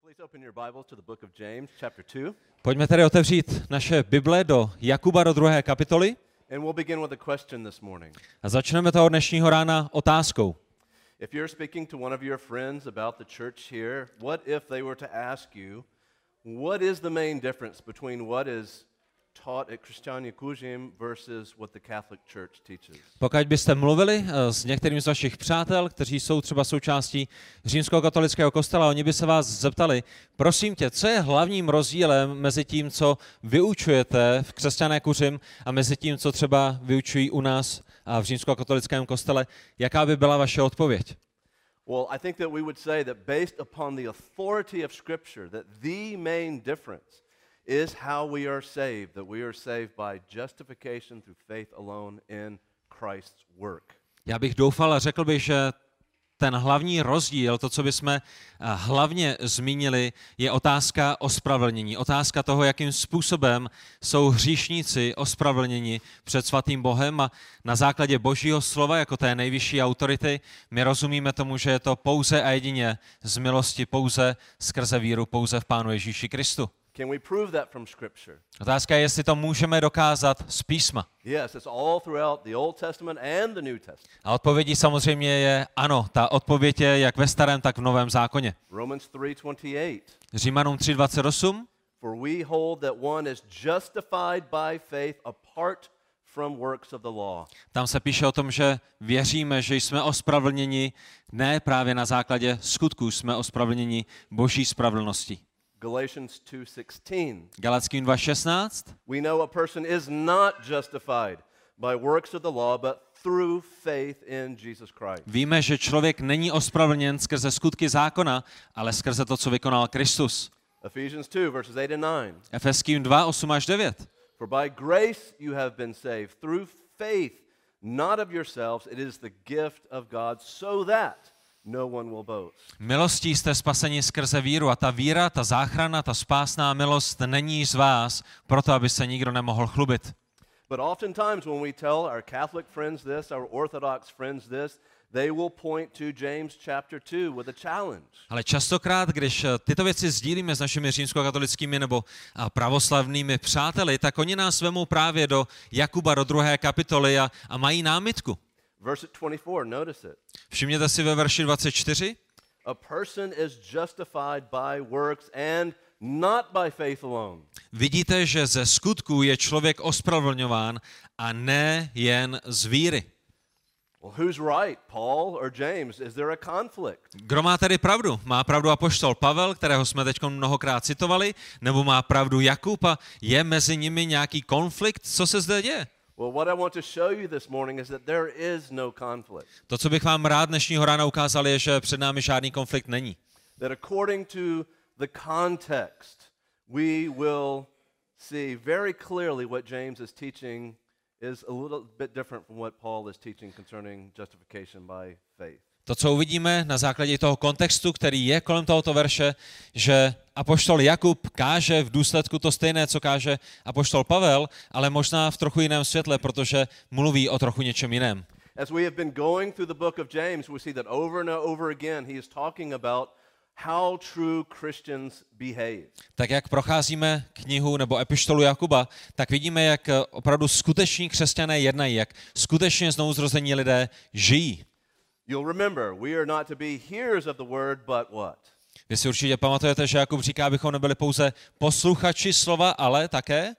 Please open your Bibles to the book of James, chapter 2. Pojďme tedy otevřít naše Bible do Jakuba do 2. kapitoly. And we'll begin with a question this morning. A začneme toho dnešního rána otázkou. If you're speaking to one of your friends about the church here, what if they were to ask you, what is the main difference between what is taught at Křesťania Kuřim versus what the Catholic Church teaches? Pokud byste mluvili s některým z vašich přátel, kteří jsou třeba součástí římského katolického kostela, oni by se vás zeptali, prosím tě, co je hlavním rozdílem mezi tím, co vyučujete v Křesťané Kuřim a mezi tím, co třeba vyučují u nás v římskokatolickém kostele, jaká by byla vaše odpověď? Well, I think that we would say that based upon the authority of Scripture, that the main difference is how we are saved, that we are saved by justification through faith alone in Christ's work. Já bych doufal a řekl bych, že ten hlavní rozdíl, to, co bychom hlavně zmínili, je otázka ospravedlnění. Otázka toho, jakým způsobem jsou hříšníci ospravedlněni před svatým Bohem a na základě Božího slova, jako té nejvyšší autority, my rozumíme tomu, že je to pouze a jedině z milosti, pouze skrze víru, pouze v Pánu Ježíši Kristu. Can we prove that from Scripture? Otázka je, jestli to můžeme dokázat z písma. Yes, it's all throughout the Old Testament and the New Testament. A odpovědí samozřejmě je ano. Ta odpověď je jak ve Starém, tak v Novém zákoně. Romans 3:28. Římanům 3:28. For we hold that one is justified by faith apart from works of the law. Tam se píše o tom, že věříme, že jsme ospravedlněni ne právě na základě skutků, jsme ospravedlněni Boží spravedlností. Galatians 2:16. Galackým 2:16. We know a person is not justified by works of the law, but through faith in Jesus Christ. Víme, že člověk není ospravedlněn skrze skutky zákona, ale skrze to, co vykonal Kristus. Ephesians 2 verses 8 and 9. Efeským 2:8-9. For by grace you have been saved through faith, not of yourselves, it is the gift of God, so that no one will boast. Milostí jste spaseni skrze víru a ta víra, ta záchrana, ta spásná milost není z vás, proto aby se nikdo nemohl chlubit. But oftentimes when we tell our Catholic friends this, our Orthodox friends this, they will point to James chapter 2 with a challenge. Ale častokrát, když tyto věci sdílíme s našimi římskokatolickými nebo pravoslavnými přáteli, tak oni nás vemou právě do Jakuba do 2. kapitoly a mají námitku. Verse 24, notice it. Všimněte si ve verši 24. A person is justified by works and not by faith alone. Vidíte, že ze skutků je člověk ospravedlňován a ne jen z víry. Well, who's right, Paul or James? Is there a conflict? Kdo má tedy pravdu? Má pravdu apoštol Pavel, kterého jsme teď mnohokrát citovali, nebo má pravdu Jakub a je mezi nimi nějaký konflikt? Co se zde děje? Well, what I want to show you this morning is that there is no conflict. To, co bych vám rád dnešního rána ukázal, je, že před námi žádný konflikt není. That according to the context, we will see very clearly what James is teaching is a little bit different from what Paul is teaching concerning justification by faith. To, co uvidíme na základě toho kontextu, který je kolem tohoto verše, že apoštol Jakub káže v důsledku to stejné, co káže apoštol Pavel, ale možná v trochu jiném světle, protože mluví o trochu něčem jiném. As we have been going through the book of James, we see that over and over again he is talking about how true Christians behave. Tak jak procházíme knihu nebo epištolu Jakuba, tak vidíme, jak opravdu skuteční křesťané jednají, jak skutečně znovuzrození lidé žijí. You'll remember, we are not to be hearers of the word, but what? Vy si určitě pamatujete, že Jakub říká, abychom nebyli pouze posluchači slova, ale také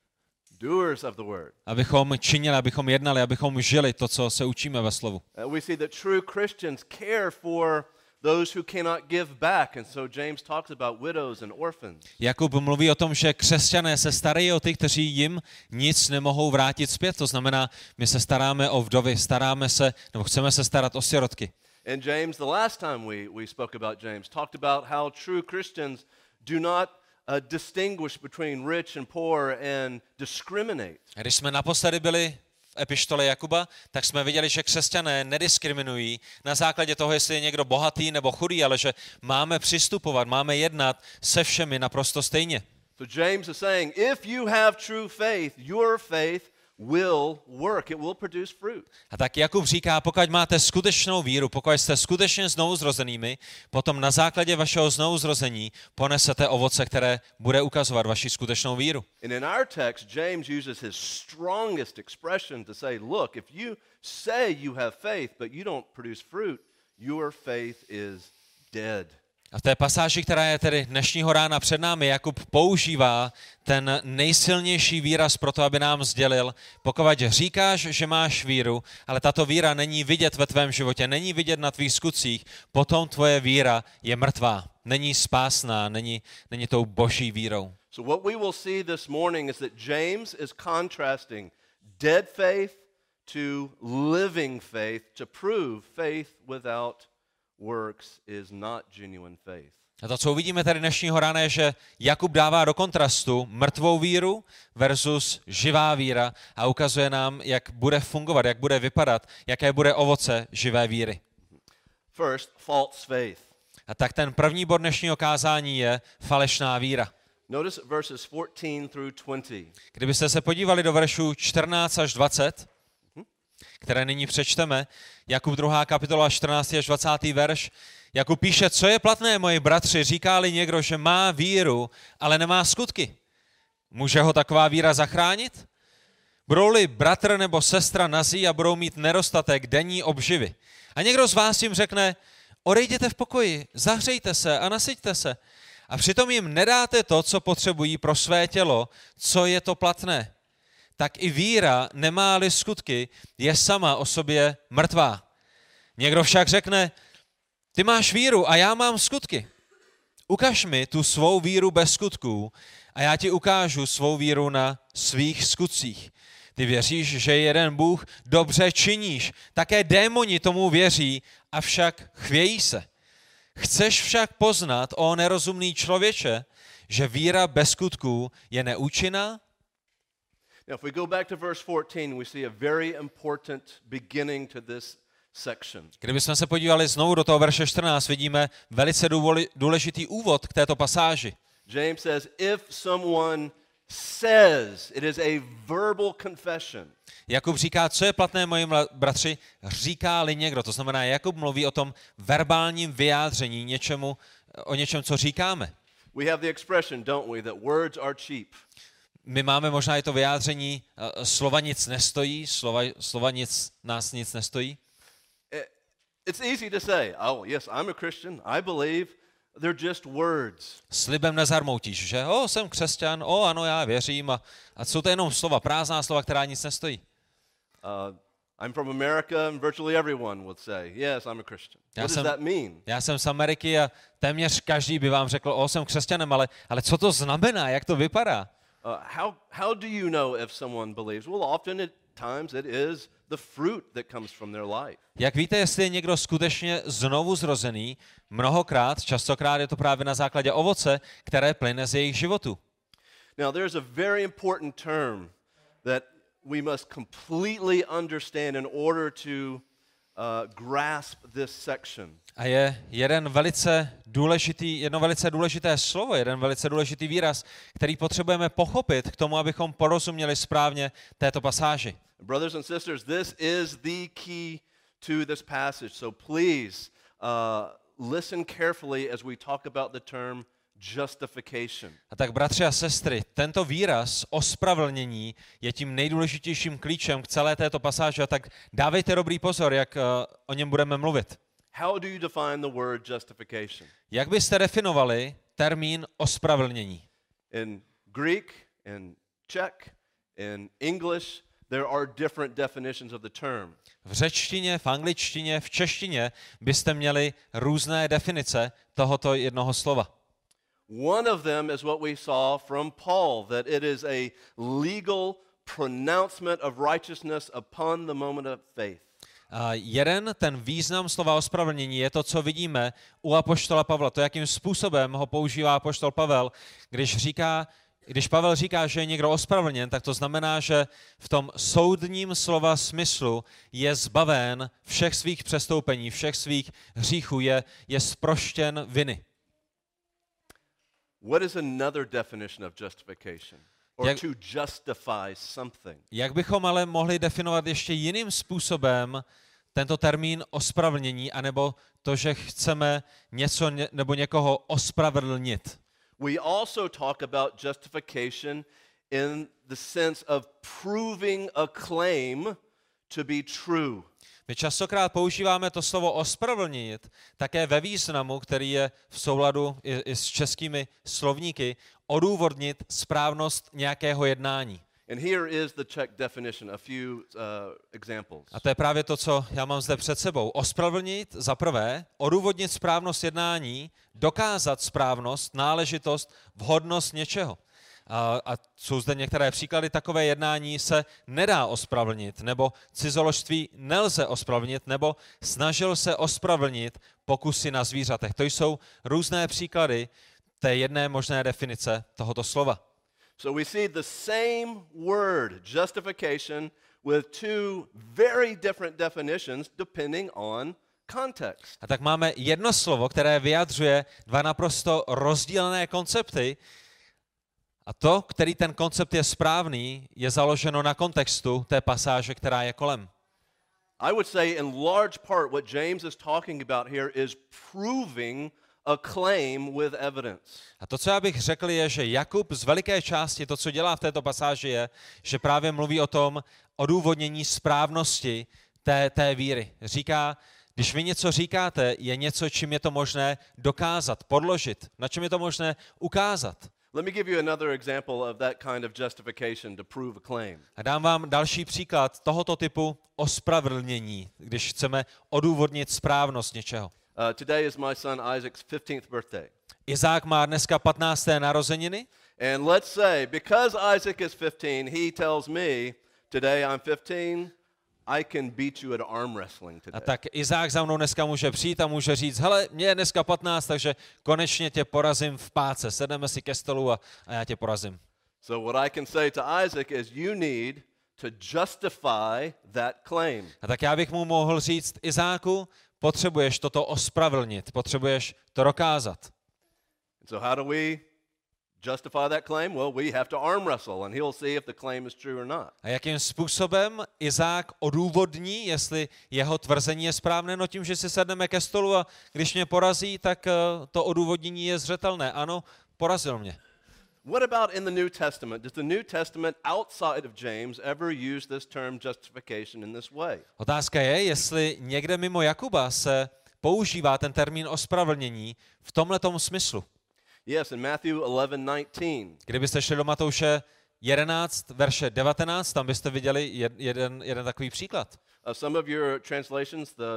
Doers of the word. abychom činili, abychom jednali, abychom žili to, co se učíme ve slovu. We see that true Christians care for those who cannot give back, and so James talks about widows and orphans. Jakub mluví o tom, že křesťané se starají o ty, kteří jim nic nemohou vrátit zpět. To znamená, my se staráme o vdovy, staráme se, nebo chceme se starat o sirotky. And James, the last time we spoke about James, talked about how true Christians do not distinguish between rich and poor and discriminate. Když jsme naposledy byli v epištole Jakuba, tak jsme viděli, že křesťané nediskriminují na základě toho, jestli je někdo bohatý nebo chudý, ale že máme přistupovat, máme jednat se všemi naprosto stejně. So James is saying, if you have true faith, your faith will work. It will produce fruit. A tak Jakub říká, pokud máte skutečnou víru, pokud jste skutečně znovuzrozenými, potom na základě vašeho znovuzrození ponesete ovoce, které bude ukazovat vaši skutečnou víru. And in our text, James uses his strongest expression to say, look, if you say you have faith, but you don't produce fruit, your faith is dead. A v té pasáži, která je tedy dnešního rána před námi, Jakub používá ten nejsilnější výraz pro to, aby nám sdělil, pokud říkáš, že máš víru, ale tato víra není vidět ve tvém životě, není vidět na tvých skutcích, potom tvoje víra je mrtvá, není spásná, není tou boží vírou. So what we will see this morning is that James is contrasting dead faith to living faith to prove faith without works is not genuine faith. A to, co uvidíme tady dnešního rána, je, že Jakub dává do kontrastu mrtvou víru versus živá víra a ukazuje nám, jak bude fungovat, jak bude vypadat, jaké bude ovoce živé víry. First, false faith. A tak ten první bod dnešního kázání je falešná víra. Notice verses 14 through 20. Kdybyste se podívali do veršů 14 až 20, které nyní přečteme, Jakub 2. kapitola 14. až 20. verš, Jakub píše, co je platné, moji bratři, říká-li někdo, že má víru, ale nemá skutky. Může ho taková víra zachránit? Budou-li bratr nebo sestra nazí a budou mít nedostatek denní obživy. A někdo z vás jim řekne, odejděte v pokoji, zahřejte se a nasyťte se. A přitom jim nedáte to, co potřebují pro své tělo, co je to platné. Tak i víra, nemá-li skutky, je sama o sobě mrtvá. Někdo však řekne, ty máš víru a já mám skutky. Ukaž mi tu svou víru bez skutků a já ti ukážu svou víru na svých skutcích. Ty věříš, že jeden Bůh, dobře činíš. Také démoni tomu věří, avšak chvějí se. Chceš však poznat, o nerozumný člověče, že víra bez skutků je neúčinná? Now, if we go back to verse 14, we see a very important beginning to this section. Kdybychom se podívali znovu do toho verše 14, vidíme velice důležitý úvod k této pasáži. James says, if someone says, it is a verbal confession. Jakub říká, co je platné, moji bratři, říká-li někdo. To znamená, Jakub mluví o tom verbálním vyjádření, o něčem, co říkáme. We have the expression, don't we, that words are cheap. My máme možná i to vyjádření, slova nic nestojí, slova nás nic nestojí. It's easy to say, oh yes, I'm a Christian, I believe, they're just words. Slibem nezarmoutíš, že? Jsem křesťan, ano, já věřím a jsou to jenom slova, prázdná slova, která nic nestojí. I'm from America and virtually everyone would say, yes, I'm a Christian. What does that mean? Já jsem z Ameriky a téměř každý by vám řekl, jsem křesťanem, ale co to znamená, jak to vypadá? How do you know if someone believes? Well, often at times it is the fruit that comes from their life. Jak víte, jestli je někdo skutečně znovu zrozený, častokrát je to právě na základě ovoce, které plyne z jejich životu. Now, there's a very important term that we must completely understand in order to grasp this section. A je jedno velice důležité slovo, jeden velice důležitý výraz, který potřebujeme pochopit k tomu, abychom porozuměli správně této pasáži. Brothers and sisters, this is the key to this passage. So please listen carefully as we talk about the term justification. A tak, bratři a sestry, tento výraz ospravedlnění je tím nejdůležitějším klíčem k celé této pasáži, a tak dávejte dobrý pozor, jak o něm budeme mluvit. How do you define the word justification? Jak byste definovali termín ospravedlnění? In Greek, in Czech, in English, there are different definitions of the term. V řečtině, v angličtině, v češtině byste měli různé definice tohoto jednoho slova. One of them is what we saw from Paul, that it is a legal pronouncement of righteousness upon the moment of faith. Ten význam slova ospravedlnění je to, co vidíme u apoštola Pavla. To, jakým způsobem ho používá apoštol Pavel, když Pavel říká, že je někdo ospravedlněn, tak to znamená, že v tom soudním slova smyslu je zbaven všech svých přestoupení, všech svých hříchů, je zproštěn viny. What is another definition of justification? or to justify something. Jak bychom ale mohli definovat ještě jiným způsobem tento termín ospravedlnění, anebo to, že chceme něco nebo někoho ospravedlnit? We also talk about justification in the sense of proving a claim to be true. My častokrát používáme to slovo ospravedlnit také ve významu, který je v souladu i s českými slovníky, odůvodnit správnost nějakého jednání. And here is the Czech definition, a few examples. A to je právě to, co já mám zde před sebou. Ospravedlnit za prvé, odůvodnit správnost jednání, dokázat správnost, náležitost, vhodnost něčeho. A jsou zde některé příklady, takové jednání se nedá ospravedlnit, nebo cizoložství nelze ospravedlnit, nebo snažil se ospravedlnit pokusy na zvířatech. To jsou různé příklady té jedné možné definice tohoto slova. So we see the same word, justification, with two very different definitions depending on context. A tak máme jedno slovo, které vyjadřuje dva naprosto rozdílné koncepty. A to, který ten koncept je správný, je založeno na kontextu té pasáže, která je kolem. I would say in large part what James is talking about here is proving a claim with evidence. A to, co já bych řekl, je, že Jakub z veliké části to, co dělá v této pasáži, je, že právě mluví o tom odůvodnění správnosti té víry. Říká, když vy něco říkáte, je něco, čím je to možné dokázat, podložit, na čem je to možné ukázat. Let me give you another example of that kind of justification to prove a claim. A dám vám další příklad tohoto typu ospravedlnění, když chceme odůvodnit správnost něčeho. Today is my son Isaac's 15th birthday. Izák má dneska 15. narozeniny. And let's say, because Isaac is 15, he tells me, today I'm 15, I can beat you at arm wrestling today. A tak Izák za mnou dneska může přijít a může říct, hele, mě je dneska 15, takže konečně tě porazím v páce. Sedneme si ke stolu a já tě porazím. So what I can say to Isaac is, you need to justify that claim. A tak já bych mu mohl říct, Izáku, potřebuješ toto ospravedlnit, potřebuješ to dokázat. So how do we justify that claim? Well, we have to arm wrestle, and he'll see if the claim is true or not. A jakým způsobem Izák odůvodní, jestli jeho tvrzení je správné? No tím, že si sedneme ke stolu a když mě porazí, tak to odůvodnění je zřetelné. Ano, porazil mě. What about in the New Testament? Does the New Testament outside of James ever use this term justification in this way? Otázka je, jestli někde mimo Jakuba se používá ten termín ospravedlnění v tomhletom smyslu. Yes, in Matthew 11:19. Kdybyste šli do Matouše 11, verše 19, tam byste viděli jeden takový příklad. Some of your translations, the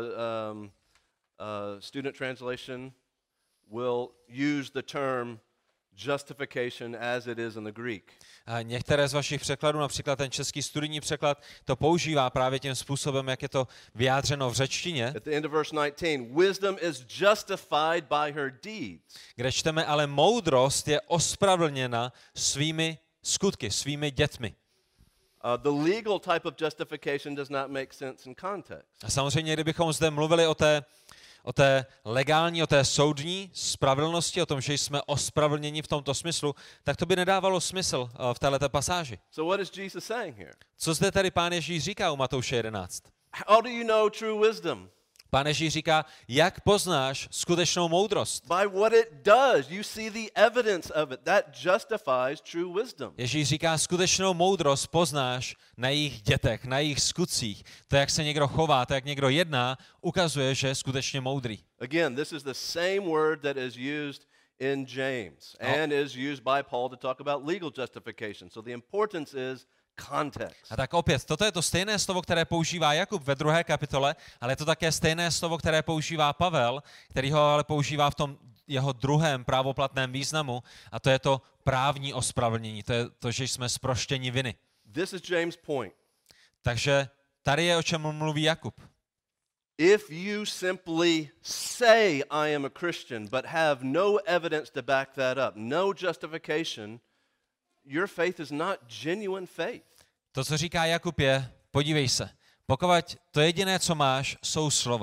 student translation, will use the term justification as it is in the Greek. A některé z vašich překladů, například ten český studijní překlad, to používá právě tím způsobem, jak je to vyjádřeno v řečtině. At the end of verse 19, wisdom is justified by her deeds. Kde čteme, ale moudrost je ospravedlněna svými skutky, svými dětmi. The legal type of justification does not make sense in context. A samozřejmě, kdybychom zde mluvili o té legální, o té soudní spravedlnosti, o tom, že jsme ospravedlněni v tomto smyslu, tak to by nedávalo smysl v této pasáži. So what is Jesus saying here? Co zde tedy Pán Ježíš říká u Matouše 11? How do you know true wisdom? Pán Ježíš říká, jak poznáš skutečnou moudrost? By what it does. You see the evidence of it. That justifies true wisdom. Ježíš říká, skutečnou moudrost poznáš na jejich dětech, na jejich skutcích. To, jak se někdo chová, to, jak někdo jedná, ukazuje, že je skutečně moudrý. Again, this is the same word that is used in James and is used by Paul to talk about legal justification. So the importance is context. A tak opět, toto je to stejné slovo, které používá Jakub ve 2. kapitole, ale je to také stejné slovo, které používá Pavel, který ho ale používá v tom jeho druhém právoplatném významu, a to je to právní ospravedlnění, to je to, že jsme zproštěni viny. This is James' point. Takže tady je, o čem mluví Jakub. If you simply say I am a Christian but have no evidence to back that up, no justification, your faith is not genuine faith. To, co říká Jakub, je, podívej se, pokud to jediné, co máš, jsou slova.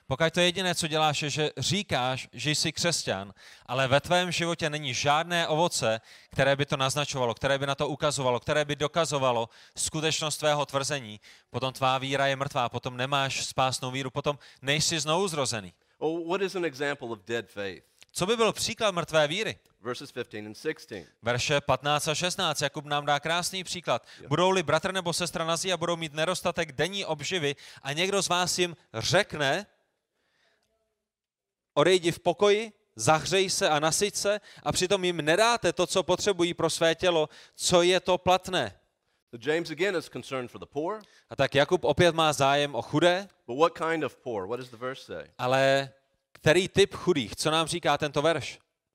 Pokud to jediné, co děláš, je, že říkáš, že jsi křesťan, ale ve tvém životě není žádné ovoce, které by to naznačovalo, které by na to ukazovalo, které by dokazovalo skutečnost tvého tvrzení, potom tvá víra je mrtvá, potom nemáš spásnou víru, potom nejsi znovu zrozený. Well, what is an example of dead faith? Co by byl příklad mrtvé víry? Verses 15 and 16. Verše 15 a 16. Jakub nám dá krásný příklad. Budou-li bratr nebo sestra nazí a budou mít nedostatek denní obživy a někdo z vás jim řekne, odejdi v pokoji, zahřej se a nasyť se a přitom jim nedáte to, co potřebují pro své tělo, co je to platné. So James again is concerned for the poor. A tak Jakub opět má zájem o chudé, But what kind of poor? What does the verse say? ale který typ chudých? Co nám říká tento verš?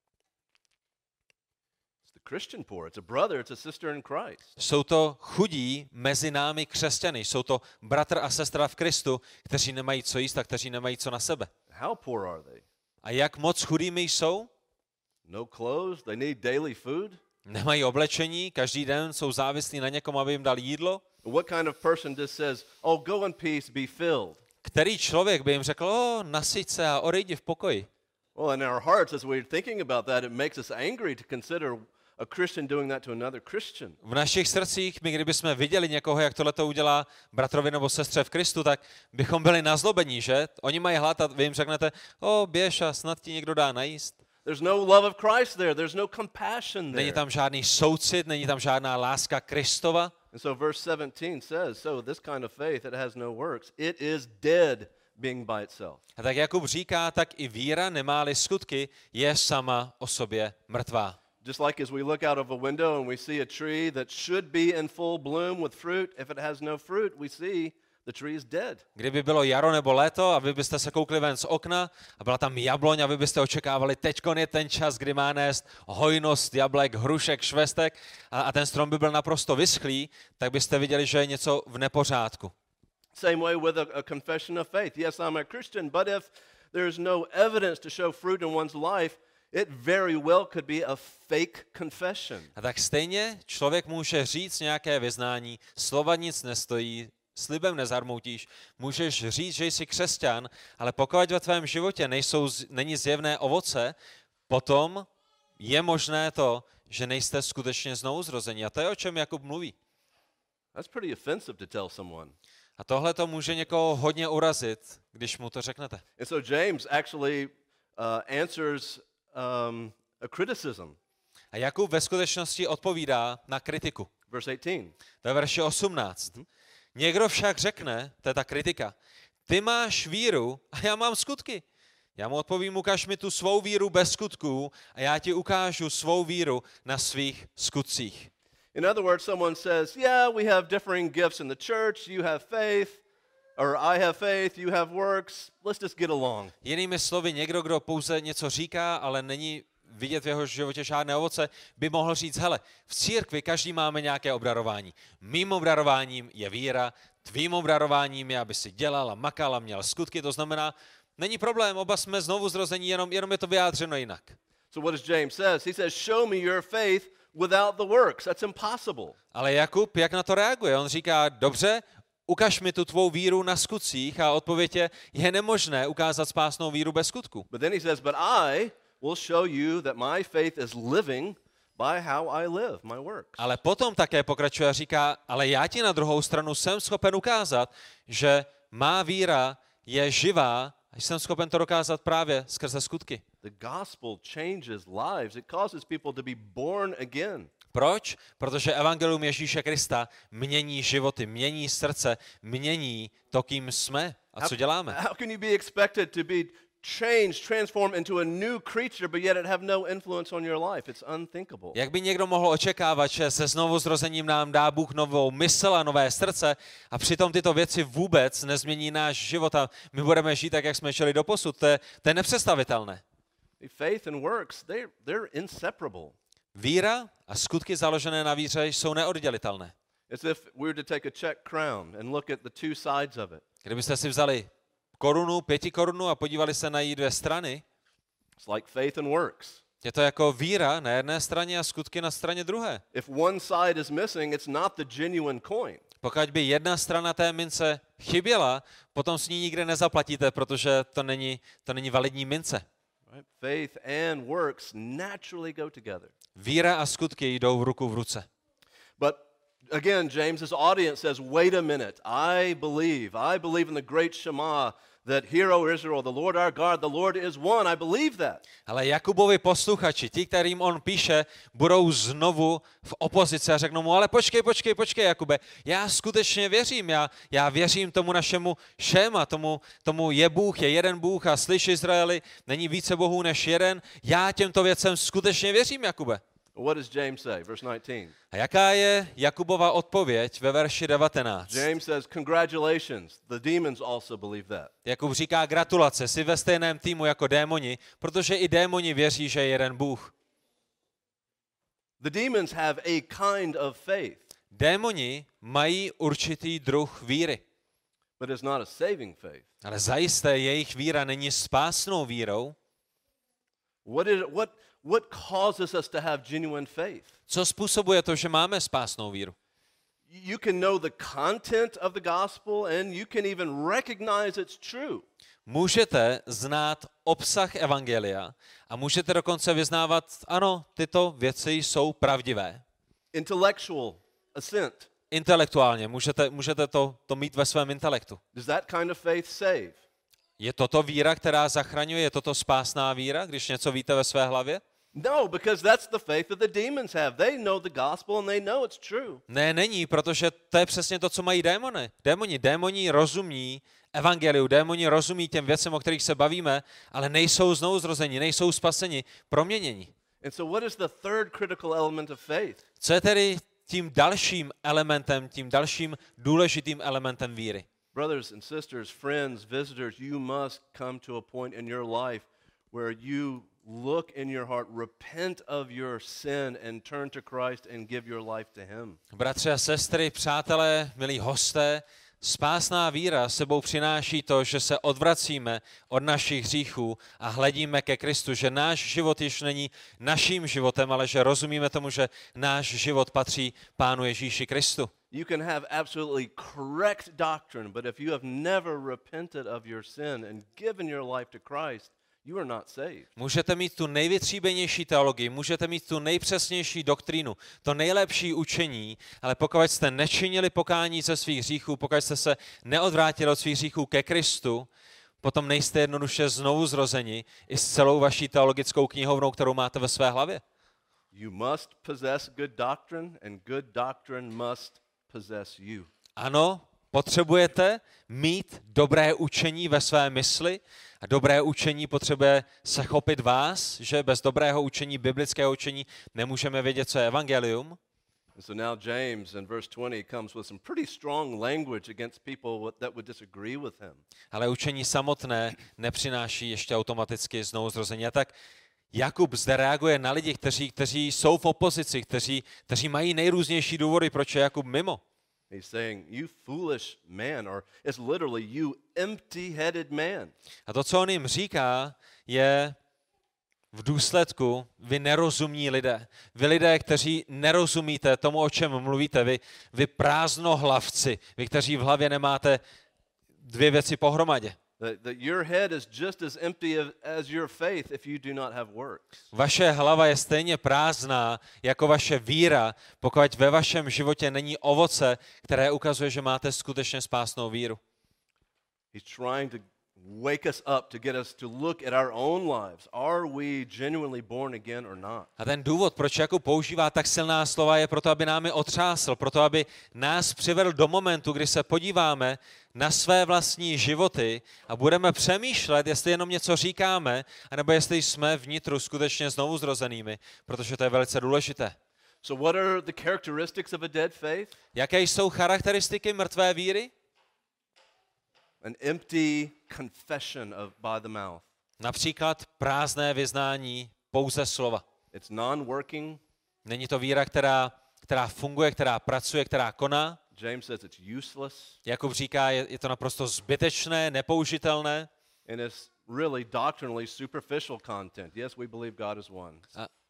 It's the Christian poor. It's a brother, it's a sister in Christ. Jsou to chudí mezi námi křesťany. Jsou to bratr a sestra v Kristu, kteří nemají co jíst a kteří nemají co na sebe. How poor are they? A jak moc chudými jsou? No clothes, they need daily food. Nemají oblečení, každý den jsou závislí na někom, aby jim dal jídlo. What kind of person just says, "Oh, go in peace, be filled"? Který člověk by jim řekl, nasyť se a odejdi v pokoji? Well, in our hearts, as we're thinking about that, it makes us angry to consider a Christian doing that to another Christian. V našich srdcích, my kdybychom viděli někoho, jak tohle to udělá bratrovi nebo sestře v Kristu, tak bychom byli nazlobení, že? Oni mají hlad a vy jim řeknete, běž a snad ti někdo dá najíst. There's no love of Christ there. There's no compassion there. Není tam žádný soucit, není tam žádná láska Kristova. And so verse 17 says, so this kind of faith, it has no works. It is dead being by itself. A tak Jakub říká, tak i víra, nemá-li skutky, je sama o sobě mrtvá. Just like as we look out of a window and we see a tree that should be in full bloom with fruit, if it has no fruit, we see the tree is dead. Kdyby bylo jaro nebo léto a vy byste se koukli ven z okna a byla tam jabloň a vy byste očekávali, teďkon je ten čas, kdy má nést hojnost jablek, hrušek, švestek a ten strom by byl naprosto vyschlý, tak byste viděli, že je něco v nepořádku. Same way with a confession of faith. Yes, I'm a Christian, but if there's no evidence to show fruit in one's life, it very well could be a fake confession. A tak stejně člověk může říct nějaké vyznání, slova nic nestojí, slibem nezarmoutíš, můžeš říct, že jsi křesťan, ale pokud ve tvém životě není zjevné ovoce, potom je možné to, že nejste skutečně znovuzrození. A to je, o čem Jakub mluví. That's pretty offensive to tell someone. A tohle to může někoho hodně urazit, když mu to řeknete. And so James actually answers a criticism. A Jakub ve skutečnosti odpovídá na kritiku. Verse 18. To je verše 18. Někdo však řekne, to je ta kritika, ty máš víru a já mám skutky. Já mu odpovím, ukaž mi tu svou víru bez skutků a já ti ukážu svou víru na svých skutcích. In other words, someone says, yeah, we have differing gifts in the church. You have faith, or I have faith, you have works. Let's just get along. Jinými slovy, někdo, kdo pouze něco říká, ale není vidět v jeho životě žádné ovoce, by mohl říct, hele, v církvi každý máme nějaké obdarování. Mým obdarováním je víra, tvým obdarováním je, aby si dělal a makal a měl skutky, to znamená, není problém, oba jsme znovu zrození, jenom je to vyjádřeno jinak. So what does James says? He says, show me your faith without the works. That's impossible. Ale Jakub, jak na to reaguje? On říká, dobře, ukaž mi tu tvou víru na skutcích a odpověď je nemožné ukázat spásnou víru bez skutku. But then he says, but I will show you that my faith is living by how I live, my works. Ale potom také pokračuje a říká, ale já ti na druhou stranu jsem schopen ukázat, že má víra je živá a jsem schopen to dokázat právě skrze skutky. The gospel changes lives. It causes people to be born again. Proč? Protože evangelium Ježíše Krista mění životy, mění srdce, mění to, kým jsme a co děláme. How can you be expected to be changed, transformed into a new creature, but yet it have no influence on your life? It's unthinkable. Jak by někdo mohl očekávat, že se znovuzrozením nám dá Bůh novou mysl a nové srdce a přitom tyto věci vůbec nezmění náš život a my budeme žít tak, jak jsme žili doposud. To je nepředstavitelné. Faith and works, they're inseparable. Víra a skutky založené na víře jsou neoddělitelné. It's if we were to take a Czech crown and look at the two sides of it. Kdybyste si vzali korunu, 5 korunu a podívali se na její dvě strany, It's like faith and works. je to jako víra na jedné straně a skutky na straně druhé. If one side is missing, it's not the genuine coin. Pokud by jedna strana té mince chyběla, potom s ní nikdy nezaplatíte, protože to není validní mince. Right? Faith and works naturally go together. Víra a skutky jdou ruku v ruce. But again, James's audience says, wait a minute, I believe in the great Shema, that hear, O Israel, the Lord our God, the Lord is one. I believe that. Ale Jakubovi posluchači, ti, kterým on píše, budou znovu v opozici a řeknou mu, ale počkej, Jakube, já skutečně věřím, já věřím tomu našemu šéma, tomu je Bůh, je jeden Bůh a slyš Izraeli, není více bohů než jeden, já těmto věcem skutečně věřím, Jakube. What does James say? Verse 19. A jaká je Jakubova odpověď ve verši 19? James says, congratulations, the demons also believe that. Jakub říká gratulace, jsi ve stejném týmu jako démoni, protože i démoni věří, že je jeden Bůh. The demons have a kind of faith, Démoni mají určitý druh víry, but it's not a saving faith. ale zajisté jejich víra není spásnou vírou. What causes us to have genuine faith? Co způsobuje to, že máme spásnou víru? You can know the content of the gospel and you can even recognize it's true. Můžete znát obsah evangelia a můžete dokonce vyznávat, ano, tyto věci jsou pravdivé. Intellectual assent. Intelektuálně, můžete to mít ve svém intelektu. Does that kind of faith save? Je toto víra, která zachraňuje? Je toto spásná víra, když něco víte ve své hlavě? No, because that's the faith that the demons have. They know the gospel and they know it's true. Ne, není, protože to je přesně to, co mají démoni. Démoni rozumí evangeliu, démoni rozumí těm věcem, o kterých se bavíme, ale nejsou znovuzrozeni, nejsou spaseni, proměněni. And so what is the third critical element of faith? Co je tedy tím dalším elementem, tím dalším důležitým elementem víry? Brothers and sisters, friends, visitors, you must come to a point in your life where you look in your heart, repent of your sin and turn to Christ and give your life to him. Bratři a sestry, přátelé, milí hosté, spásná víra sebou přináší to, že se odvracíme od našich hříchů a hledíme ke Kristu, že náš život již není naším životem, ale že rozumíme tomu, že náš život patří Pánu Ježíši Kristu. You can have absolutely correct doctrine, but if you have never repented of your sin and given your life to Christ, you are not saved. Můžete mít tu nejvytříbenější teologii, můžete mít tu nejpřesnější doktrínu, to nejlepší učení, ale pokud jste nečinili pokání ze svých hříchů, pokud jste se neodvrátili od svých hříchů ke Kristu, potom nejste jednoduše znovu zrozeni i s celou vaší teologickou knihovnou, kterou máte ve své hlavě. You must possess good doctrine and good doctrine must possess you. Ano, potřebujete mít dobré učení ve své mysli a dobré učení potřebuje se chopit vás, že bez dobrého učení, biblického učení nemůžeme vědět, co je evangelium. And so now James in verse 20 comes with some pretty strong language against people that would disagree with him. Ale učení samotné nepřináší ještě automaticky znovuzrození. A tak Jakub zde reaguje na lidi, kteří jsou v opozici, kteří mají nejrůznější důvody, proč je Jakub mimo. He's saying, you foolish man, or it's literally you empty-headed man. A to, co on jim říká, je v důsledku vy nerozumní lidé. Vy lidé, kteří nerozumíte tomu, o čem mluvíte. Vy prázdnohlavci, vy, kteří v hlavě nemáte dvě věci pohromadě. That your head is just as empty as your faith if you do not have works. Vaše hlava je stejně prázdná jako vaše víra, pokud ve vašem životě není ovoce, které ukazuje, že máte skutečně spásnou víru. He's trying to wake us up, to get us to look at our own lives. Are we genuinely born again or not? A ten důvod, proč Jakub používá tak silná slova, je proto, aby námi otřásl, proto, aby nás přivedl do momentu, kdy se podíváme na své vlastní životy a budeme přemýšlet, jestli jenom něco říkáme, anebo jestli jsme vnitru skutečně znovu zrozenými, protože to je velice důležité. So what are the characteristics of a dead faith? Jaké jsou charakteristiky mrtvé víry? An empty confession by the mouth. Například prázdné vyznání pouze slova. It's non-working. Není to víra, která funguje, která pracuje, která koná. James says it's useless. Jakub říká, je to naprosto zbytečné, nepoužitelné. And it's really doctrinally superficial content. Yes, we believe God is one. A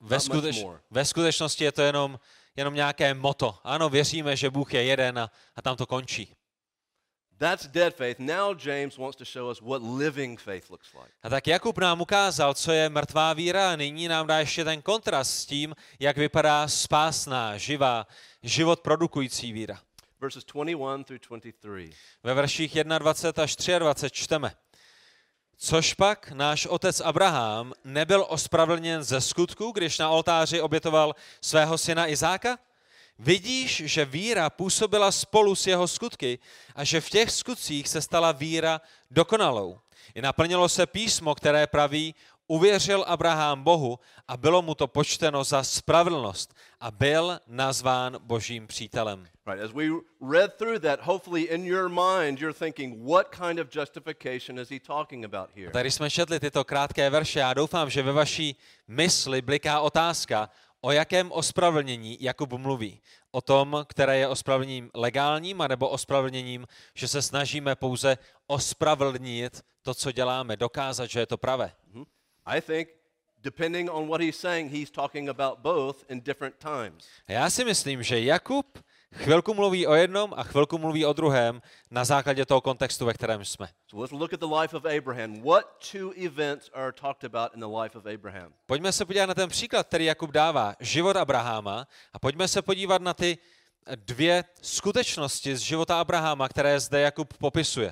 Ve skutečnosti je to jenom nějaké motto. Ano, věříme, že Bůh je jeden a tam to končí. That's dead faith. Now James wants to show us what living faith looks like. A tak Jakub nám ukázal, co je mrtvá víra, a nyní nám dá ještě ten kontrast s tím, jak vypadá spásná, živá, život produkující víra. Verses 21 through 23. Ve verších 21 až 23 čteme. Což pak náš otec Abraham nebyl ospravedlněn ze skutku, když na oltáři obětoval svého syna Izáka? Vidíš, že víra působila spolu s jeho skutky a že v těch skutcích se stala víra dokonalou. I naplnilo se písmo, které praví, uvěřil Abraham Bohu a bylo mu to počteno za spravedlnost a byl nazván Božím přítelem. Right, as we read through that, hopefully in your mind you're thinking, what kind of justification is he talking about here? Tak když jsme četli tyto krátké verše, já doufám, že ve vaší mysli bliká otázka, o jakém ospravedlnění Jakub mluví. O tom, které je ospravedlněním legálním, anebo ospravedlněním, že se snažíme pouze ospravedlnit to, co děláme, dokázat, že je to pravé. I think, depending on what he's saying, he's talking about both in different times. Já si myslím, že Jakub chvilku mluví o jednom a chvilku mluví o druhém na základě toho kontextu, ve kterém jsme. So let's look at the life of Abraham. What two events are talked about in the life of Abraham? Pojďme se podívat na ten příklad, který Jakub dává, život Abraháma, a pojďme se podívat na ty dvě skutečnosti z života Abraháma, které zde Jakub popisuje.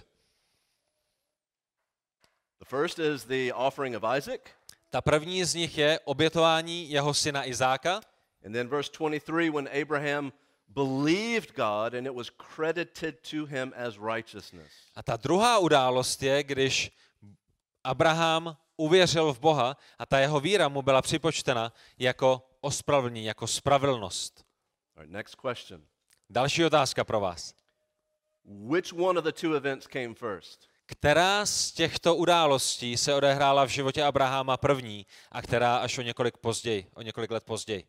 The first is the offering of Isaac. Ta první z nich je obětování jeho syna Izáka. And then verse 23, when Abraham believed God and it was credited to him as righteousness. A ta druhá událost je, když Abraham uvěřil v Boha a ta jeho víra mu byla připočtena jako ospravedlnění, jako spravedlnost. All right, next question. Další otázka pro vás. Which one of the two events came first? Která z těchto událostí se odehrála v životě Abrahama první a která až o několik let později?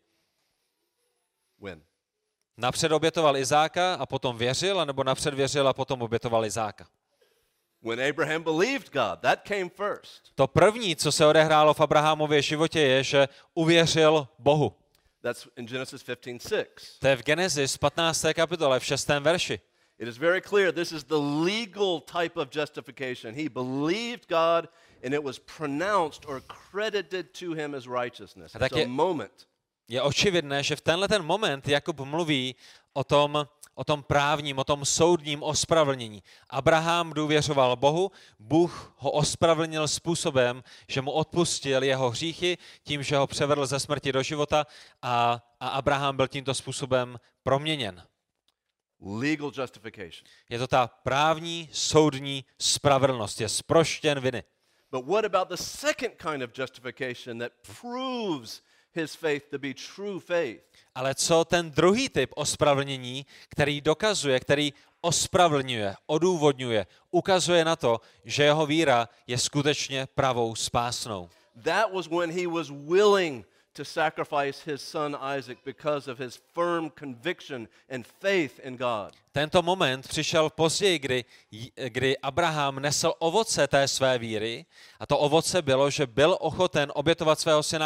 When? Napřed obětoval Izáka a potom věřil, anebo napřed věřil a potom obětoval Izáka? When Abraham believed God, that came first. To první, co se odehrálo v Abrahamově životě, je, že uvěřil Bohu. That's in Genesis 15:6. To je v Genesis 15. kapitole v 6. verši. It is very clear this is the legal type of justification. He believed God and it was pronounced or credited to him as righteousness. It's a moment. Je očividné, že v tenhle ten moment Jakub mluví o tom právním, o tom soudním ospravedlnění. Abraham důvěřoval Bohu, Bůh ho ospravedlnil způsobem, že mu odpustil jeho hříchy tím, že ho převedl ze smrti do života a Abraham byl tímto způsobem proměněn. Legal justification. Je to ta právní, soudní spravedlnost, je zproštěn viny. But what about the second kind of justification that proves his faith to be true faith? Ale co ten druhý typ ospravedlnění, který dokazuje, který ospravedlňuje, odůvodňuje, ukazuje na to, že jeho víra je skutečně pravou spásnou. That was when he was willing to sacrifice his son Isaac because of his firm conviction and faith in God. Tento moment přišel později, kdy Abraham nesl ovoce té své víry a to ovoce bylo, že byl ochoten obětovat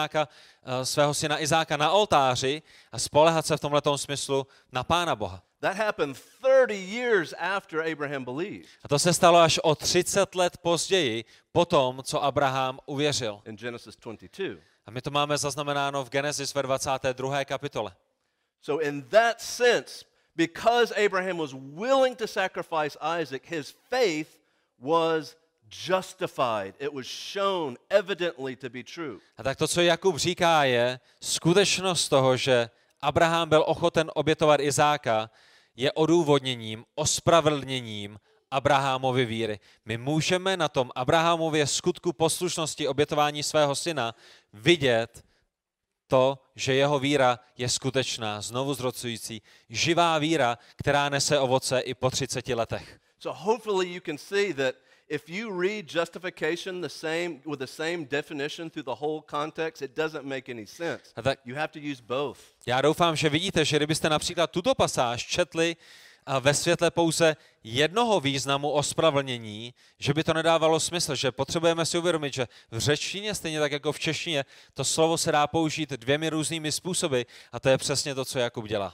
svého syna Izáka na oltáři a spoléhat se v tomhletom smyslu na Pána Boha. That happened 30 years after Abraham believed. A to se stalo až o 30 let později, po tom, co Abraham uvěřil. In Genesis 22. A my to máme zaznamenáno v Genesis ve 22. kapitole. So in that sense, because Abraham was willing to sacrifice Isaac, his faith was justified. It was shown evidently to be true. A tak to, co Jakub říká, je skutečnost toho, že Abraham byl ochoten obětovat Izáka, je odůvodněním, ospravedlněním Abrahamovy víry. My můžeme na tom Abrahamově skutku poslušnosti obětování svého syna vidět to, že jeho víra je skutečná, znovu zrocující, živá víra, která nese ovoce i po 30 letech. So hopefully you can see that if you read justification with the same definition through the whole context, it doesn't make any sense. You have to use both. Já doufám, že vidíte, že kdybyste například tuto pasáž četli a ve světle pouze jednoho významu ospravedlnění, že by to nedávalo smysl, že potřebujeme si uvědomit, že v řečtině, stejně tak jako v češtině, to slovo se dá použít dvěmi různými způsoby a to je přesně to, co Jakub dělá.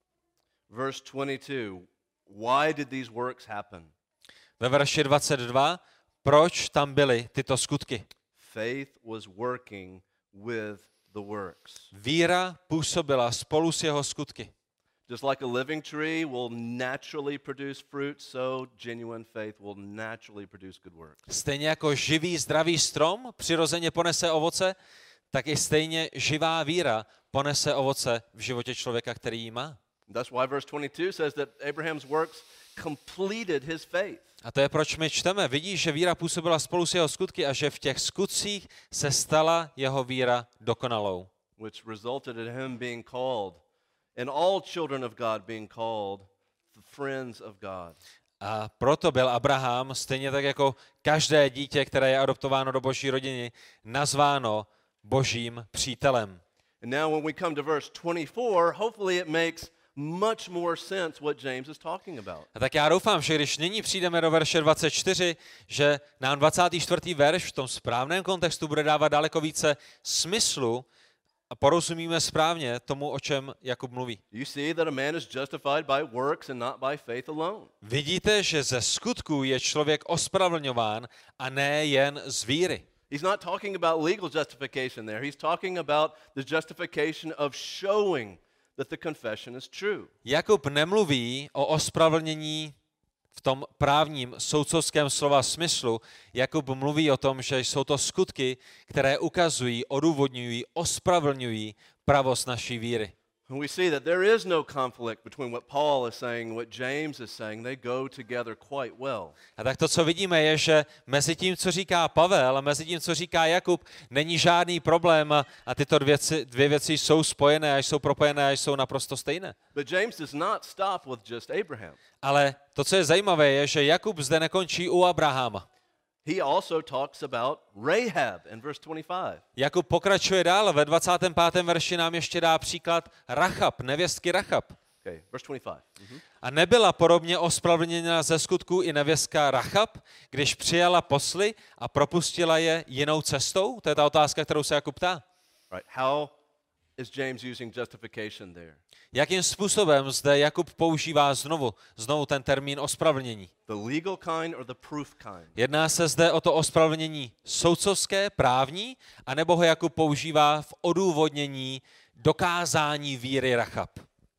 Verse 22, why did these works happen? Ve verši 22, proč tam byly tyto skutky? Faith was working with the works. Víra působila spolu s jeho skutky. Just like a living tree will naturally produce fruit, so genuine faith will naturally produce good works. Stejně jako živý, zdravý strom přirozeně ponese ovoce, tak i stejně živá víra ponese ovoce v životě člověka, který ji má. That's why verse 22 says that Abraham's works completed his faith. A to je, proč my čteme. Vidíš, že víra působila spolu s jeho skutky a že v těch skutcích se stala jeho víra dokonalou. Which resulted in him being called, and all children of God being called the friends of God. A proto byl Abraham, stejně tak jako každé dítě, které je adoptováno do boží rodiny, nazváno božím přítelem. And now when we come to verse 24, hopefully it makes much more sense what James is talking about. A tak já doufám, že když nyní přijdeme do verše 24, že nám 24. verš v tom správném kontextu bude dávat daleko více smyslu a porozumíme správně tomu, o čem Jakub mluví. You see that a man is justified by works and not by faith alone. Vidíte, že ze skutků je člověk ospravedlňován a ne jen z víry. He's not talking about legal justification there. He's talking about the justification of showing that the confession is true. Jakub nemluví o ospravedlnění v tom právním soudcovském slova smyslu. Jakub mluví o tom, že jsou to skutky, které ukazují, odůvodňují, ospravedlňují pravost naší víry. We see that there is no conflict between what Paul is saying and what James is saying. They go together quite well. A tak to, co vidíme, je, že mezi tím, co říká Pavel a mezi tím, co říká Jakub, není žádný problém a tyto dvě věci jsou spojené a jsou propojené a jsou naprosto stejné. But James does not stop with just Abraham. Ale to, co je zajímavé, je, že Jakub zde nekončí u Abrahama. He also talks about Rahab in verse 25. Jakub pokračuje dál, ve 25. verši nám ještě dá příklad Rachab, nevěstky Rachab. Okay, verse 25. A nebyla podobně ospravedlněna ze skutků i nevěstka Rachab, když přijala posly a propustila je jinou cestou? To je ta otázka, kterou se Jakub ptá. Right, how is James using justification there? Jakým způsobem zde Jakub používá znovu ten termín ospravedlnění? The legal kind or the proof kind? Jedná se zde o to ospravedlnění soudcovské, právní, anebo ho Jakub používá v odůvodnění dokázání víry Rachab?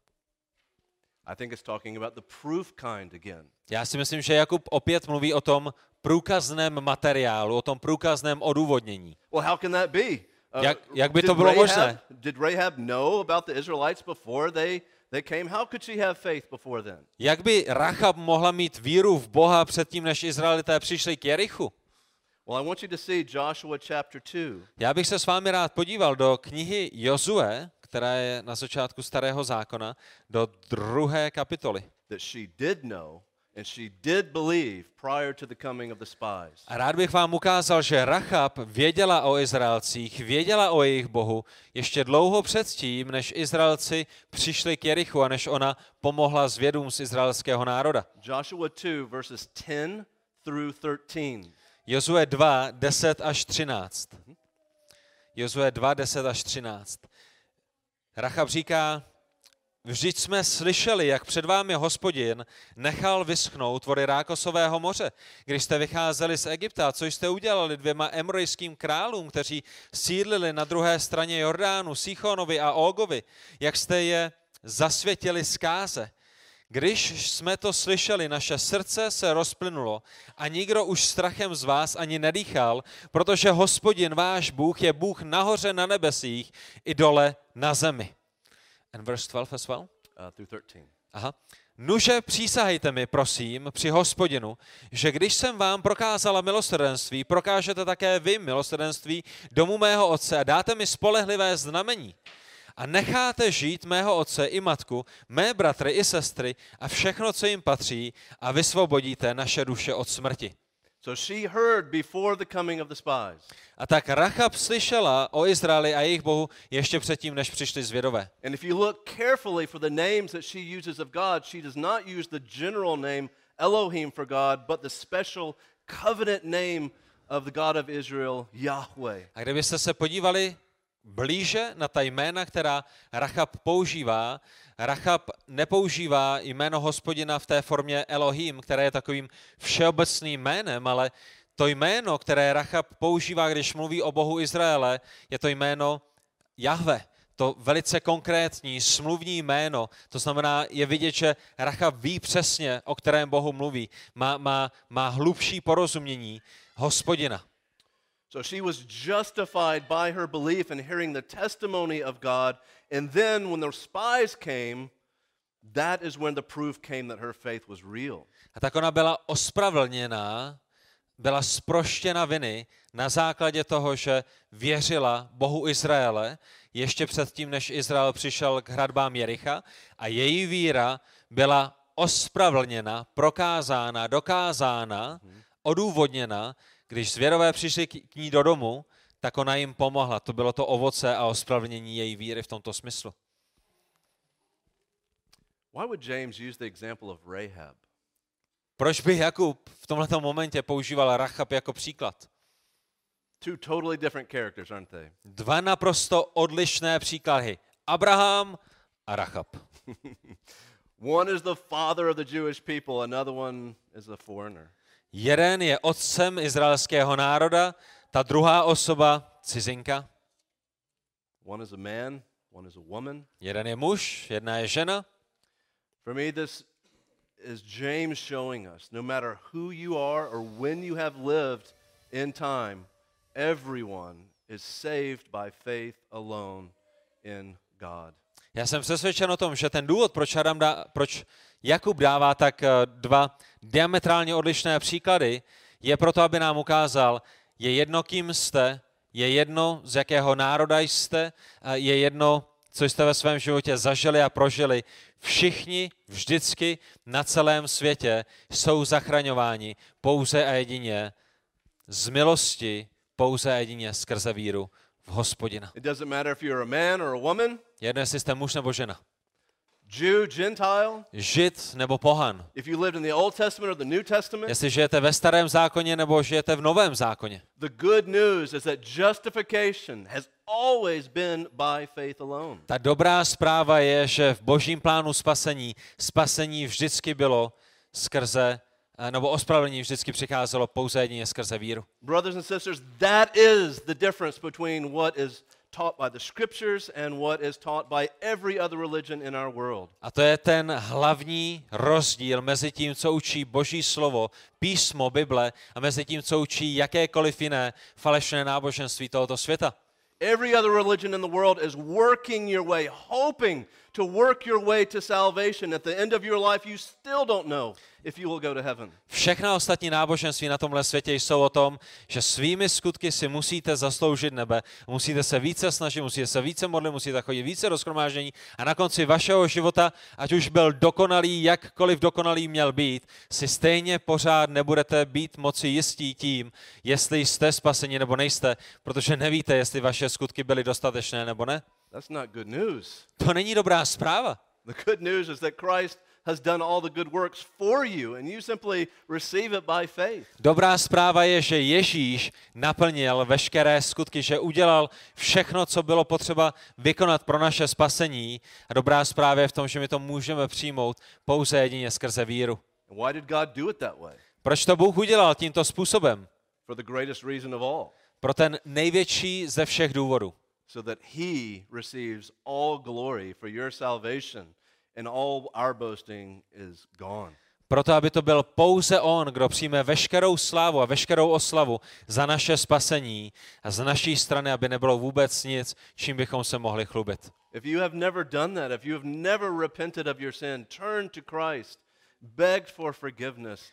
I think it's talking about the proof kind again. Já si myslím, že Jakub opět mluví o tom průkazném materiálu, o tom průkazném odůvodnění. Well, how can that be? Jak by to bylo možné? Did Rahab know about the Israelites before they came? How could she have faith before then? Jak by Rachab mohla mít víru v Boha předtím, než Izraelité přišli k Jerichu? Well, I want you to see Joshua chapter 2. Já bych se s vámi rád podíval do knihy Jozue, která je na začátku Starého zákona, do 2. kapitoly. That she did know and she did believe prior to the coming of the spies. A rád bych vám ukázal, že Rachab věděla o Izraelcích, věděla o jejich Bohu ještě dlouho předtím, než Izraelci přišli k Jerichu a než ona pomohla zvědům z izraelského národa. Joshua 2 verses 10 through 13. Jozue 2, 10 až 13. Jozue 2, 10 až 13. Rachab říká: Vždyť jsme slyšeli, jak před vámi Hospodin nechal vyschnout vody Rákosového moře, když jste vycházeli z Egypta, co jste udělali 2 emorejským králům, kteří sídlili na druhé straně Jordánu, Sichonovi a Ógovi, jak jste je zasvětili zkáze. Když jsme to slyšeli, naše srdce se rozplynulo a nikdo už strachem z vás ani nedýchal, protože Hospodin váš Bůh je Bůh nahoře na nebesích i dole na zemi. And verse 12 as well? Through 13. Aha. Nuže přísahejte mi, prosím, při Hospodinu, že když jsem vám prokázala milosrdenství, prokážete také vy milosrdenství domu mého otce a dáte mi spolehlivé znamení. A necháte žít mého otce i matku, mé bratry i sestry a všechno, co jim patří, a vysvobodíte naše duše od smrti. So she heard before the coming of the spies. A tak Rachab slyšela o Izraeli a jejich Bohu ještě předtím, než přišli zvědové. And if you look carefully for the names that she uses of God, she does not use the general name Elohim for God, but the special covenant name of the God of Israel, Yahweh. A kdybyste se podívali blíže na ta jména, která Rachab používá, Rachab nepoužívá jméno Hospodina v té formě Elohim, které je takovým všeobecným jménem, ale to jméno, které Rachab používá, když mluví o Bohu Izraele, je to jméno Jahve. To velice konkrétní, smluvní jméno. To znamená, je vidět, že Rachab ví přesně, o kterém Bohu mluví. Má hlubší porozumění Hospodina. So she was justified by her belief in hearing the testimony of God, and then when the spies came, that is when the proof came that her faith was real. A tak ona byla ospravedlněná, byla zproštěna viny na základě toho, že věřila Bohu Izraele ještě předtím, než Izrael přišel k hradbám Jericha, a její víra byla ospravedlněna, prokázána, dokázána, odůvodněna. Když zvědové přišli k ní do domu, tak ona jim pomohla. To bylo to ovoce a ospravedlnění její víry v tomto smyslu. Why would James use the example of Rahab? Proč by Jakub v tomto momentě používal Rachab jako příklad? Two totally different characters, aren't they? Dva naprosto odlišné příklady. Abraham a Rachab. One is the father of the Jewish people, another one is a foreigner. Jeden je otcem izraelského národa, ta druhá osoba cizinka. One is a man, one is a woman. Jeden je muž, jedna je žena. For me, this is James showing us, no matter who you are or when you have lived in time, everyone is saved by faith alone in God. Já jsem přesvědčen o tom, že ten důvod, proč Jakub dává tak dva diametrálně odlišné příklady, je proto, aby nám ukázal, je jedno, kým jste, je jedno, z jakého národa jste, je jedno, co jste ve svém životě zažili a prožili. Všichni vždycky na celém světě jsou zachraňováni pouze a jedině z milosti, pouze a jedině skrze víru v Hospodina. It doesn't matter if you're a man or a woman, Jedno, jestli jste muž nebo žena. Jew, Gentile, Žid nebo pohan. if you lived in the Old Testament or the New Testament. Jestli žijete ve starém zákoně nebo žijete v novém zákoně. The good news is that justification has always been by faith alone. Ta dobrá zpráva je, že v božím plánu spasení vždycky bylo skrze, nebo ospravedlnění vždycky přicházelo pouze jedině skrze víru. Brothers and sisters, that is the difference between what is taught by the scriptures and what is taught by every other religion in our world. A to je ten hlavní rozdíl mezi tím, co učí Boží slovo, písmo, Bible, a mezi tím, co učí jakékoliv jiné falešné náboženství tohoto světa. Every other religion in the world is working your way, hoping to work your way to salvation. At the end of your life, you still don't know if you will go to heaven. Všechna ostatní náboženství na tomhle světě jsou o tom, že svými skutky si musíte zasloužit nebe, musíte se více snažit, musíte se více modlit, musíte chodit více do shromáždění a na konci vašeho života, ať už byl dokonalý, jakkoliv dokonalý měl být, si stejně pořád nebudete být moci jistí tím, jestli jste spaseni nebo nejste, protože nevíte, jestli vaše skutky byly dostatečné nebo ne. That's not good news. To není dobrá zpráva. The good news is that Christ has done all the good works for you and you simply receive it by faith. Dobrá zpráva je, že Ježíš naplnil veškeré skutky, že udělal všechno, co bylo potřeba vykonat pro naše spasení. A dobrá zpráva je v tom, že my to můžeme přijmout pouze jedině skrze víru. And why did God do it that way? Proč to Bůh udělal tímto způsobem? For the greatest reason of all. Pro ten největší ze všech důvodů. So that he receives all glory for your salvation and all our boasting is gone. Proto, aby to byl pouze on, kdo přijme veškerou slávu a veškerou oslavu za naše spasení a z naší strany, aby nebylo vůbec nic, čím bychom se mohli chlubit. If you have never done that, if you have never repented of your sin, turned to Christ, begged for forgiveness,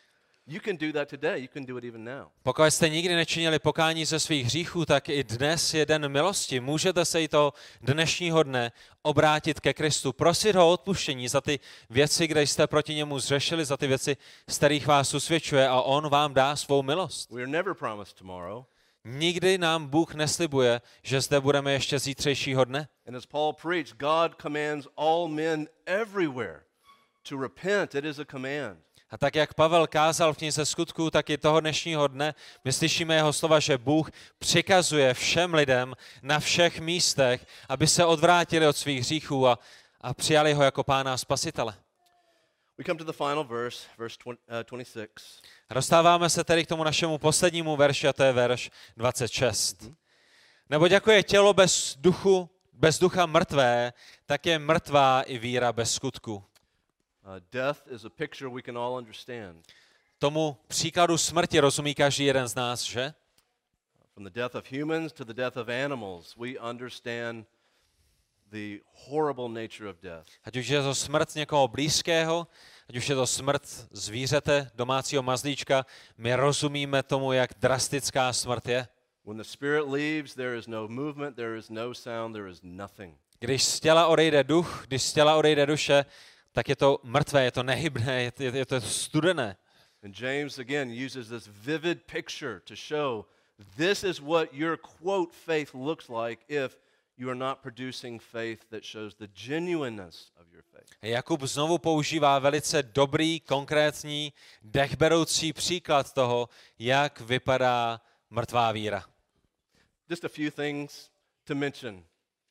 You can do that today. You can do it even now. Pokud jste nikdy nečinili pokání ze svých hříchů, tak i dnes je den milosti. Můžete se i to dnešního dne obrátit ke Kristu, prosit ho o odpuštění za ty věci, kde jste proti němu zřešili, za ty věci, z kterých vás usvědčuje a on vám dá svou milost. We are never promised tomorrow. Nikdy nám Bůh neslibuje, že zde budeme ještě zítřejšího dne. And as Paul preached, God commands all men everywhere to repent. It is a command. A tak, jak Pavel kázal v knize Skutků, tak i toho dnešního dne my slyšíme jeho slova, že Bůh přikazuje všem lidem na všech místech, aby se odvrátili od svých hříchů a přijali ho jako Pána a Spasitele. We come to the final verse, verse 26. Dostáváme se tedy k tomu našemu poslednímu verši, a to je verš 26. Neboť jako je tělo bez ducha mrtvé, tak je mrtvá i víra bez skutku. Death is a picture we can all understand. Tomu příkladu smrti rozumí každý jeden z nás, že? From the death of humans to the death of animals, we understand the horrible nature of death. Ať už je to smrt někoho blízkého, ať už je to smrt zvířete, domácího mazlíčka, my rozumíme tomu, jak drastická smrt je. When the spirit leaves, there is no movement, there is no sound, there is nothing. Když z těla odejde duch, když z těla odejde duše, tak je to mrtvé, je to nehybné, je to studené. And James again uses this vivid picture to show this is what your quote faith looks like if you are not producing faith that shows the genuineness of your faith. Jakub znovu používá velice dobrý, konkrétní, dechberoucí příklad toho, jak vypadá mrtvá víra. Just a few things to mention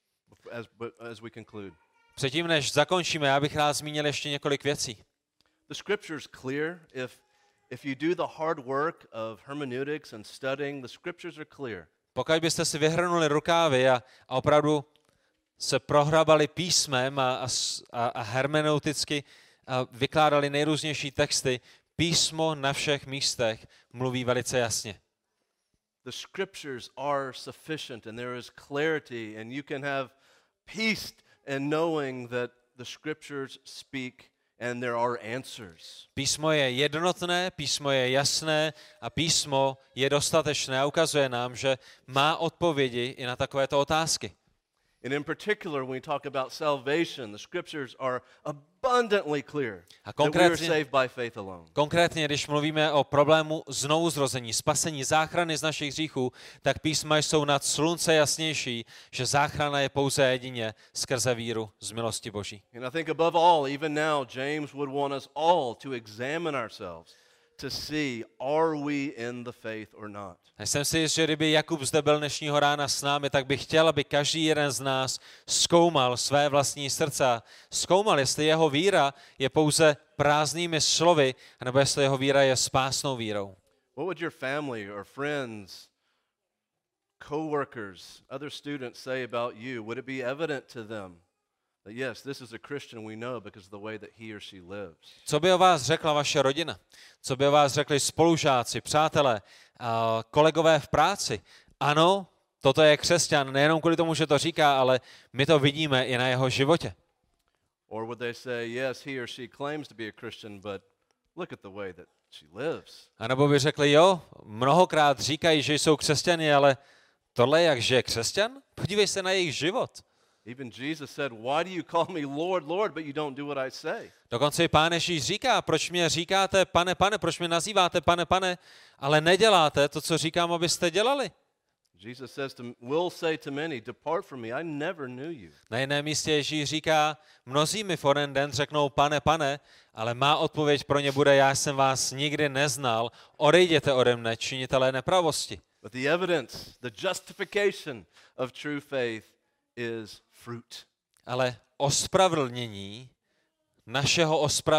as we conclude. Předtím, než zakončíme, já bych rád zmínil ještě několik věcí. The scripture is clear. If you do the hard work of hermeneutics and studying, the scriptures are clear. Pokud byste si vyhrnuli rukávy a opravdu se prohrabali písmem a hermeneuticky a vykládali nejrůznější texty, písmo na všech místech mluví velice jasně. The scriptures are sufficient and there is clarity and you can have peace in knowing that the scriptures speak and there are answers. Písmo je jednotné, písmo je jasné a písmo je dostatečné a ukazuje nám, že má odpovědi i na takovéto otázky. And in particular, when we talk about salvation, the scriptures are abundantly clear that we are saved by faith alone. Konkrétně, když mluvíme o problému znovuzrození, spasení, záchrany z našich hříchů, tak písma jsou nad slunce jasnější, že záchrana je pouze jedině skrze víru z milosti Boží. And I think above all, even now, James would want us all to examine ourselves to see, are we in the faith or not. A jsem si jist, že kdyby Jakub zde byl dnešního rána s námi, tak bych chtěl, aby každý jeden z nás zkoumal své vlastní srdce. Zkoumal, jestli jeho víra je pouze prázdnými slovy, nebo jestli jeho víra je spásnou vírou. What would your family or friends, co-workers, other students say about you? Would it be evident to them that yes, this is a Christian we know because of the way that he or she lives? Co by o vás řekla vaše rodina? Co by o vás řekli spolužáci, přátelé, kolegové v práci? Ano, toto je křesťan, nejenom kvůli tomu, že to říká, ale my to vidíme i na jeho životě. Or would they say, yes, he or she claims to be a Christian, but look at the way that she lives? A nebo by řekli, jo, mnohokrát říkají, že jsou křesťani, ale tohle jak žije křesťan? Podívej se na jejich život. Even Jesus said, why do you call me Lord, Lord, but you don't do what I say? Dokonce i Pán Ježíš říká, proč mě říkáte, pane, pane, proč mě nazýváte, pane, pane, ale neděláte to, co říkám, abyste dělali. Jesus says will say to many, depart from me, I never knew you. Na jiném místě Ježíš říká, mnozí mi v onen den řeknou, pane, pane, ale má odpověď pro ně bude, já jsem vás nikdy neznal, odejděte ode mne, činitelé nepravosti. But the evidence, the justification of true faith is fruit. Ale ospravedlnění, našeho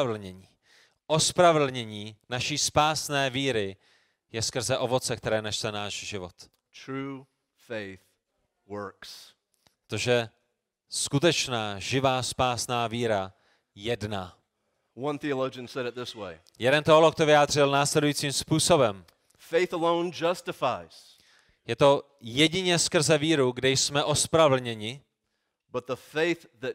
ospravedlnění naší spásné víry je skrze ovoce, které nese náš život. True faith works. Protože skutečná, živá, spásná víra jedná. One theologian said it this way. Jeden teolog to vyjádřil následujícím způsobem. Faith alone justifies. Je to jedině skrze víru, kde jsme ospravedlněni, but the faith that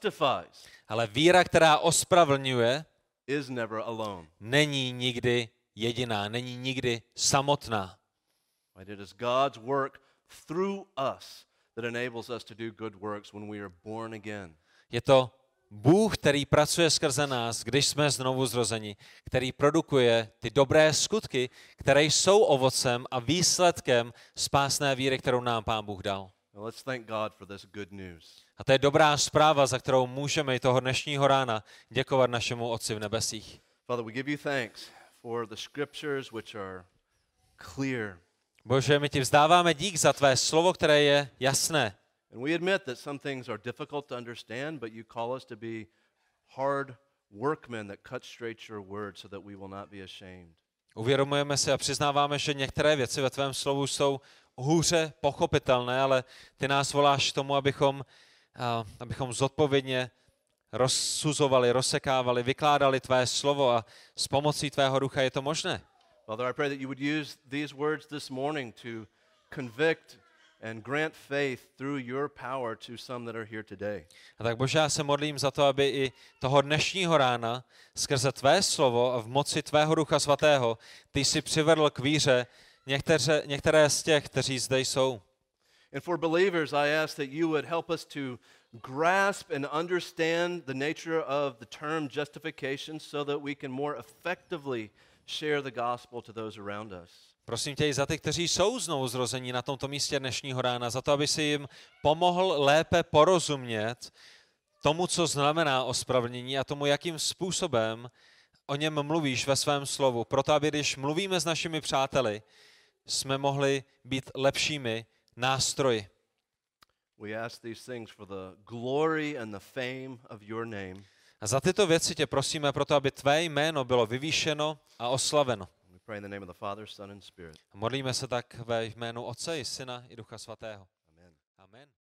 justifies ale víra, která ospravedlňuje, is never alone. není nikdy jediná, není nikdy samotná. Right? It is God's work through us that enables us to do good works when we are born again. Je to Bůh, který pracuje skrze nás, když jsme znovu zrozeni, který produkuje ty dobré skutky, které jsou ovocem a výsledkem spásné víry, kterou nám Pán Bůh dal. Now let's thank God for this good news. A to je dobrá zpráva, za kterou můžeme i toho dnešního rána děkovat našemu Otci v nebesích. Father, we give you thanks for the scriptures which are clear. Bože, my ti vzdáváme dík za tvé slovo, které je jasné. And we admit that some things are difficult to understand, but you call us to be hard workmen that cut straight your word so that we will not be ashamed. Uvědomujeme si a přiznáváme, že některé věci ve tvém slovu jsou hůře pochopitelné, ale ty nás voláš k tomu, abychom zodpovědně rozsuzovali, rozsekávali, vykládali tvé slovo a s pomocí tvého ducha je to možné. Father, I pray that you would use these words this morning to convict and grant faith through your power to some that are here today. A tak Bože, já se modlím za to, aby i toho dnešního rána skrze tvé slovo a v moci tvého ducha svatého ty jsi přivedl k víře některé z těch, kteří zde jsou. And for believers, I ask that you would help us to grasp and understand the nature of the term justification so that we can more effectively share the gospel to those around us. Prosím tě i za ty, kteří jsou znovu zrození na tomto místě dnešního rána, za to, aby si jim pomohl lépe porozumět tomu, co znamená ospravedlnění a tomu, jakým způsobem o něm mluvíš ve svém slovu. Proto, aby když mluvíme s našimi přáteli, jsme mohli být lepšími nástroji. We ask these things for the glory and the fame of your name. A za tyto věci tě prosíme proto, aby tvé jméno bylo vyvýšeno a oslaveno. We pray in the name of the Father, Son, and Spirit. A modlíme se tak ve jménu Otce i Syna i Ducha Svatého. Amen. Amen.